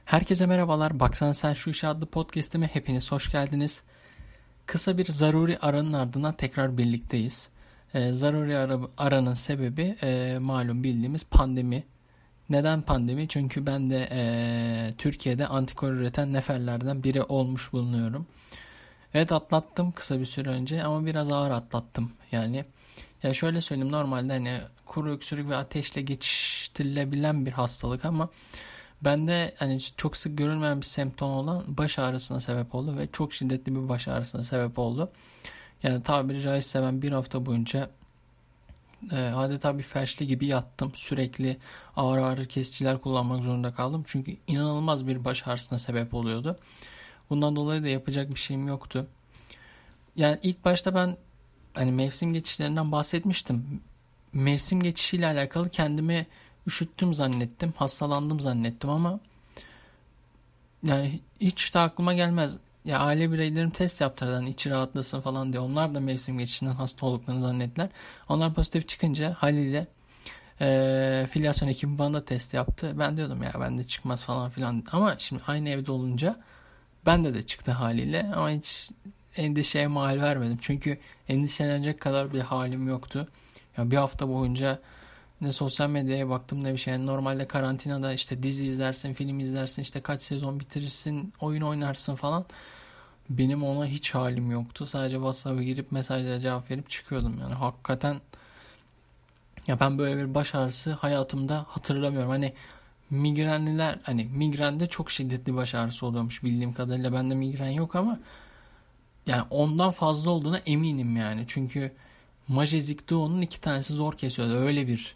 Herkese merhabalar. Baksan Sen Şu İşe adlı podcast'ime hepiniz hoş geldiniz. Kısa bir zaruri aranın ardından tekrar birlikteyiz. Aranın sebebi malum bildiğimiz pandemi. Neden pandemi? Çünkü ben de Türkiye'de antikor üreten neferlerden biri olmuş bulunuyorum. Evet, atlattım kısa bir süre önce ama biraz ağır atlattım. Yani ya şöyle söyleyeyim, normalde hani kuru öksürük ve ateşle geçiştirilebilen bir hastalık ama bende hani çok sık görülmeyen bir semptom olan baş ağrısına sebep oldu ve çok şiddetli bir baş ağrısına sebep oldu. Yani tabiri caizse ben bir hafta boyunca adeta bir felçli gibi yattım. Sürekli ağır ağrı kesiciler kullanmak zorunda kaldım. Çünkü inanılmaz bir baş ağrısına sebep oluyordu. Bundan dolayı da yapacak bir şeyim yoktu. Yani ilk başta ben hani mevsim geçişlerinden bahsetmiştim. Mevsim geçişiyle alakalı kendimi üşüttüm zannettim, hastalandım zannettim ama yani hiç de aklıma gelmez. Ya aile bireylerim test yaptırdı hani içi rahatlasın falan diye. Onlar da mevsim geçişinden hasta olduklarını zannettiler. Onlar pozitif çıkınca haliyle filyasyon ekibi bana da test yaptı. Ben diyordum ya bende çıkmaz falan filan. Ama şimdi aynı evde olunca bende de çıktı haliyle. Ama hiç endişeye mal vermedim. Çünkü endişelenecek kadar bir halim yoktu. Ya bir hafta boyunca ne sosyal medyaya baktım ne bir şey. Yani normalde karantinada işte dizi izlersin, film izlersin, işte kaç sezon bitirirsin, oyun oynarsın falan. Benim ona hiç halim yoktu. Sadece WhatsApp'a girip mesajlara cevap verip çıkıyordum. Yani hakikaten ya ben böyle bir baş ağrısı hayatımda hatırlamıyorum. Hani migrenliler, hani migrende çok şiddetli baş ağrısı oluyormuş bildiğim kadarıyla. Bende migren yok ama yani ondan fazla olduğuna eminim yani. Çünkü Majezik Duo'nun 2 tanesi zor kesiyordu. Öyle bir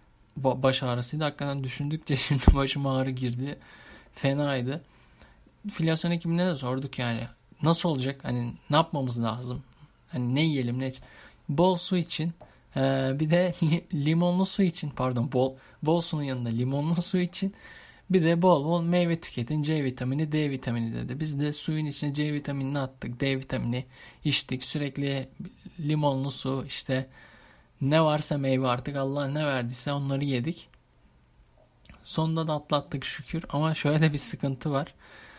baş ağrısıydı. Hakikaten düşündükçe şimdi başıma ağrı girdi. Fenaydı. Filyasyon ekibine de sorduk yani. Nasıl olacak? Hani ne yapmamız lazım? Hani ne yiyelim ne bol su için bir de limonlu su için bol suyun yanında limonlu su için bir de bol bol meyve tüketin. C vitamini, D vitamini dedi. Biz de suyun içine C vitaminini attık. D vitamini içtik. Sürekli limonlu su işte ne varsa meyve artık Allah ne verdiyse onları yedik. Sonunda da atlattık şükür ama şöyle de bir sıkıntı var.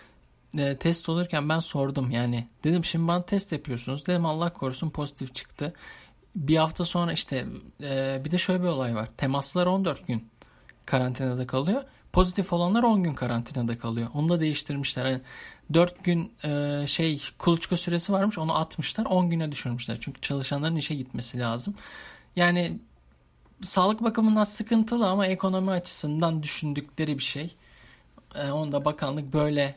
Test olurken ben sordum yani. Dedim şimdi bana test yapıyorsunuz. Dedim Allah korusun pozitif çıktı. Bir hafta sonra işte bir de şöyle bir olay var. Temaslar 14 gün karantinada kalıyor. Pozitif olanlar 10 gün karantinada kalıyor. Onu da değiştirmişler. Yani 4 gün kuluçka süresi varmış. Onu atmışlar. 10 güne düşürmüşler. Çünkü çalışanların işe gitmesi lazım. Yani sağlık bakımından sıkıntılı ama ekonomi açısından düşündükleri bir şey. Onu da bakanlık böyle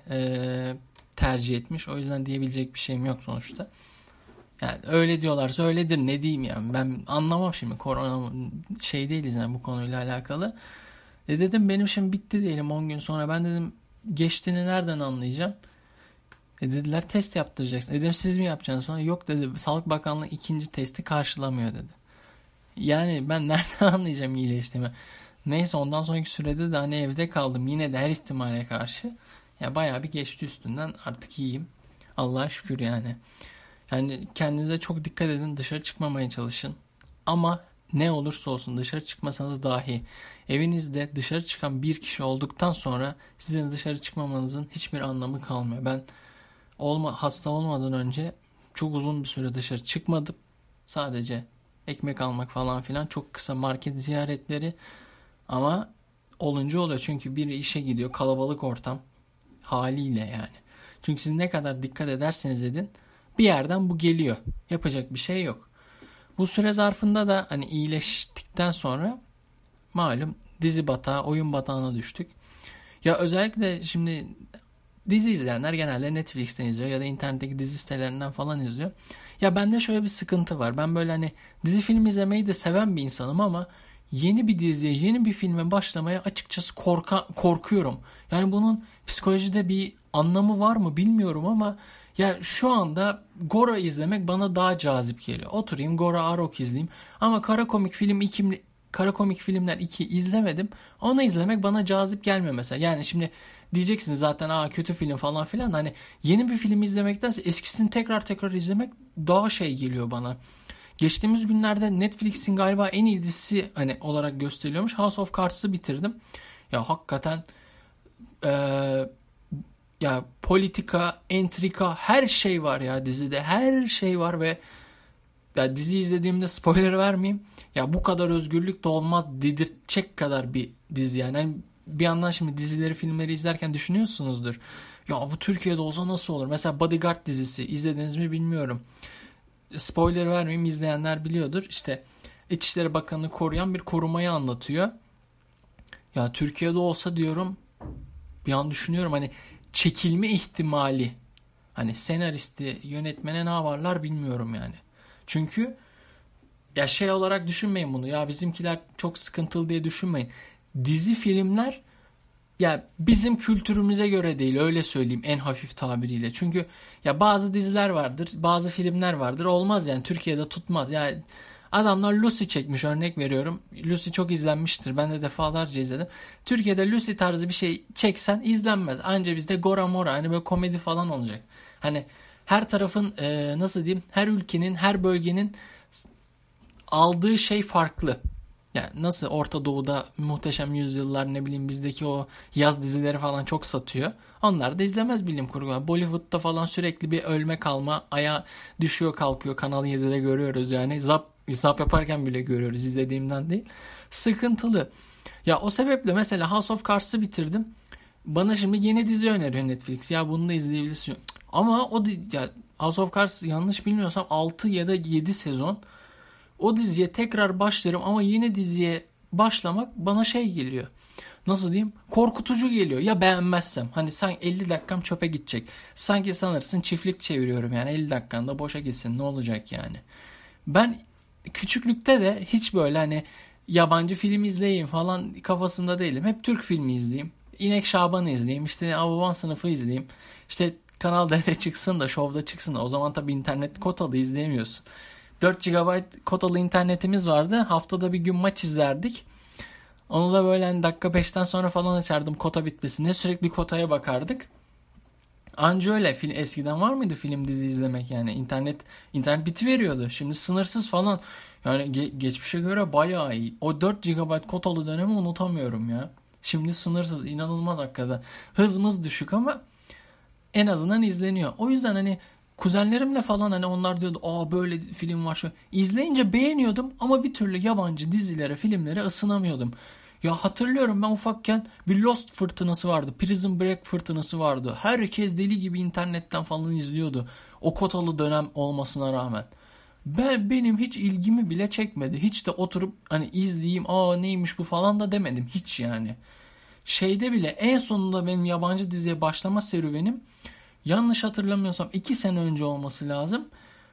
tercih etmiş. O yüzden diyebilecek bir şeyim yok sonuçta. Yani öyle diyorlarsa öyledir. Ne diyeyim yani. Ben anlamam şimdi. Korona değiliz yani bu konuyla alakalı. Dedim benim şimdi bitti diyelim 10 gün sonra. Ben dedim geçtiğini nereden anlayacağım? Dediler test yaptıracaksın. Dedim siz mi yapacaksınız sonra? Yok dedi. Sağlık Bakanlığı ikinci testi karşılamıyor dedi. Yani ben nereden anlayacağım iyileştiğimi? Neyse ondan sonraki sürede de hani evde kaldım. Yine de her ihtimale karşı. Ya bayağı bir geçti üstünden. Artık iyiyim. Allah'a şükür yani. Yani kendinize çok dikkat edin. Dışarı çıkmamaya çalışın. Ama ne olursa olsun dışarı çıkmasanız dahi evinizde dışarı çıkan bir kişi olduktan sonra sizin dışarı çıkmamanızın hiçbir anlamı kalmıyor. Ben hasta olmadan önce çok uzun bir süre dışarı çıkmadım. Sadece ekmek almak falan filan, çok kısa market ziyaretleri ama olunca oluyor. Çünkü biri işe gidiyor, kalabalık ortam haliyle yani. Çünkü siz ne kadar dikkat ederseniz edin bir yerden bu geliyor. Yapacak bir şey yok. Bu süre zarfında da hani iyileştikten sonra malum dizi batağı, oyun batağına düştük. Ya özellikle şimdi dizi izleyenler genelde Netflix'ten izliyor ya da internetteki dizi sitelerinden falan izliyor. Ya bende şöyle bir sıkıntı var. Ben böyle hani dizi film izlemeyi de seven bir insanım ama yeni bir diziye, yeni bir filme başlamaya açıkçası korkuyorum. Yani bunun psikolojide bir anlamı var mı bilmiyorum ama ya şu anda Gora izlemek bana daha cazip geliyor. Oturayım Gora Arok izleyeyim ama Kara Komik Filmler 2 izlemedim. Onu izlemek bana cazip gelmiyor mesela. Yani şimdi diyeceksiniz zaten kötü film falan filan. Hani yeni bir film izlemektense eskisini tekrar izlemek daha şey geliyor bana. Geçtiğimiz günlerde Netflix'in galiba en iyi dizisi hani olarak gösteriliyormuş. House of Cards'ı bitirdim. Ya hakikaten ya politika, entrika, her şey var ya dizide. Her şey var ve ya dizi izlediğimde spoiler vermeyeyim. Ya bu kadar özgürlük de olmaz dedirtecek kadar bir dizi yani. Hani bir yandan şimdi dizileri, filmleri izlerken düşünüyorsunuzdur. Ya bu Türkiye'de olsa nasıl olur? Mesela Bodyguard dizisi izlediniz mi bilmiyorum. Spoiler vermeyeyim, izleyenler biliyordur. İşte İçişleri Bakanı'nı koruyan bir korumayı anlatıyor. Ya Türkiye'de olsa diyorum, bir an düşünüyorum hani çekilme ihtimali, hani senaristi, yönetmene ne yaparlar bilmiyorum yani. Çünkü ya şey olarak düşünmeyin bunu, ya bizimkiler çok sıkıntılı diye düşünmeyin. Dizi, filmler ya bizim kültürümüze göre değil, öyle söyleyeyim en hafif tabiriyle. Çünkü ya bazı diziler vardır, bazı filmler vardır, olmaz yani, Türkiye'de tutmaz. Yani adamlar Lucy çekmiş, örnek veriyorum. Lucy çok izlenmiştir. Ben de defalarca izledim. Türkiye'de Lucy tarzı bir şey çeksen izlenmez. Anca bizde Gora Mora, hani böyle komedi falan olacak. Hani her tarafın nasıl diyeyim, her ülkenin, her bölgenin aldığı şey farklı. Yani nasıl Orta Doğu'da Muhteşem Yüzyıllar, ne bileyim bizdeki o yaz dizileri falan çok satıyor. Onlar da izlemez bilim kurgu. Bollywood'da falan sürekli bir ölme kalma, aya düşüyor kalkıyor. Kanal 7'de görüyoruz yani. Zap yaparken bile görüyoruz, izlediğimden değil. Sıkıntılı. Ya o sebeple mesela House of Cards'ı bitirdim. Bana şimdi yeni dizi öneriyor Netflix. Ya bunu da izleyebilirsin. Ama ya House of Cards, yanlış bilmiyorsam 6 ya da 7 sezon. O diziye tekrar başlarım ama yeni diziye başlamak bana şey geliyor. Nasıl diyeyim? Korkutucu geliyor. Ya beğenmezsem. Hani sanki 50 dakikam çöpe gidecek. Sanki sanırsın çiftlik çeviriyorum yani, 50 dakikan da boşa gitsin, ne olacak yani. Ben küçüklükte de hiç böyle hani yabancı film izleyeyim falan kafasında değilim. Hep Türk filmi izleyeyim. İnek Şaban'ı izleyeyim. İşte Hababam Sınıfı izleyeyim. İşte Kanal D'de çıksın da, Show'da çıksın da. O zaman tabii internet kotalı, izleyemiyorsun. 4 GB kotalı internetimiz vardı. Haftada bir gün maç izlerdik. Onu da böyle hani dakika 5'ten sonra falan açardım kota bitmesine. Sürekli kotaya bakardık. Anca öyle. Eskiden var mıydı film dizi izlemek yani? İnternet bitiveriyordu. Şimdi sınırsız falan. Yani geçmişe göre bayağı iyi. O 4 GB kotalı dönemi unutamıyorum ya. Şimdi sınırsız, inanılmaz hakikaten. Hızımız düşük ama en azından izleniyor. O yüzden hani kuzenlerimle falan hani onlar diyordu, aa böyle film var şu. İzleyince beğeniyordum ama bir türlü yabancı dizilere, filmlere ısınamıyordum. Ya hatırlıyorum, ben ufakken bir Lost fırtınası vardı. Prison Break fırtınası vardı. Herkes deli gibi internetten falan izliyordu. O kotalı dönem olmasına rağmen. Benim hiç ilgimi bile çekmedi. Hiç de oturup hani izleyeyim, aa neymiş bu falan da demedim. Hiç yani. Şeyde bile en sonunda benim yabancı diziye başlama serüvenim, yanlış hatırlamıyorsam 2 sene önce olması lazım.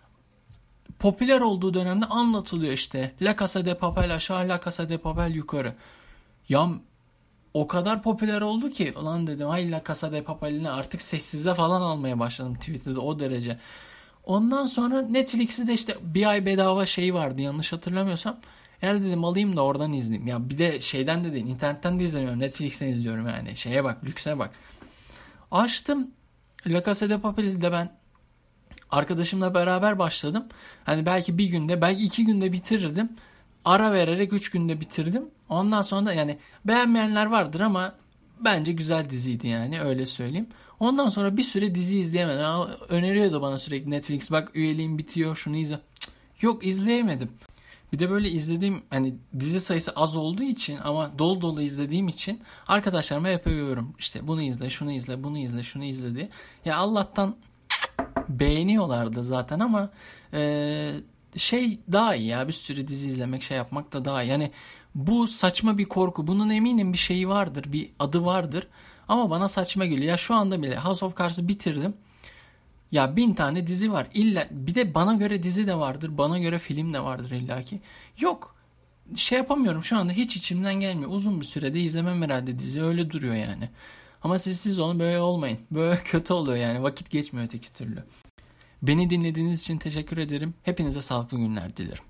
Popüler olduğu dönemde anlatılıyor işte. La Casa de Papel aşağı, La Casa de Papel yukarı. Ya o kadar popüler oldu ki ulan dedim, ay La Casa de Papel'ini artık sessize falan almaya başladım Twitter'da, o derece. Ondan sonra Netflix'i de işte bir ay bedava şey vardı yanlış hatırlamıyorsam. Eğer dedim alayım da oradan izleyeyim. Ya bir de şeyden de değil, internetten de izlemiyorum. Netflix'ten izliyorum yani. Şeye bak, lükse bak. Açtım. La Casa de Papel'i de ben arkadaşımla beraber başladım. Hani belki bir günde, belki 2 günde bitirirdim. Ara vererek 3 günde bitirdim. Ondan sonra da yani beğenmeyenler vardır ama bence güzel diziydi yani, öyle söyleyeyim. Ondan sonra bir süre dizi izleyemedim. Öneriyordu bana sürekli Netflix, bak üyeliğim bitiyor, şunu izle. Yok, izleyemedim. Bir de böyle izlediğim hani dizi sayısı az olduğu için ama dolu dolu izlediğim için arkadaşlarıma hep övüyorum. İşte bunu izle, şunu izle, bunu izle, şunu izle diye. Ya Allah'tan beğeniyorlardı zaten ama şey daha iyi ya, bir sürü dizi izlemek, şey yapmak da daha iyi. Yani bu saçma bir korku. Bunun eminim bir şeyi vardır, bir adı vardır. Ama bana saçma geliyor. Ya şu anda bile House of Cards'ı bitirdim. Ya 1000 tane dizi var. İlla bir de bana göre dizi de vardır. Bana göre film de vardır illaki. Yok. Şey yapamıyorum şu anda, hiç içimden gelmiyor. Uzun bir sürede izlemem herhalde dizi. Öyle duruyor yani. Ama siz onu böyle olmayın. Böyle kötü oluyor yani. Vakit geçmiyor öteki türlü. Beni dinlediğiniz için teşekkür ederim. Hepinize sağlıklı günler dilerim.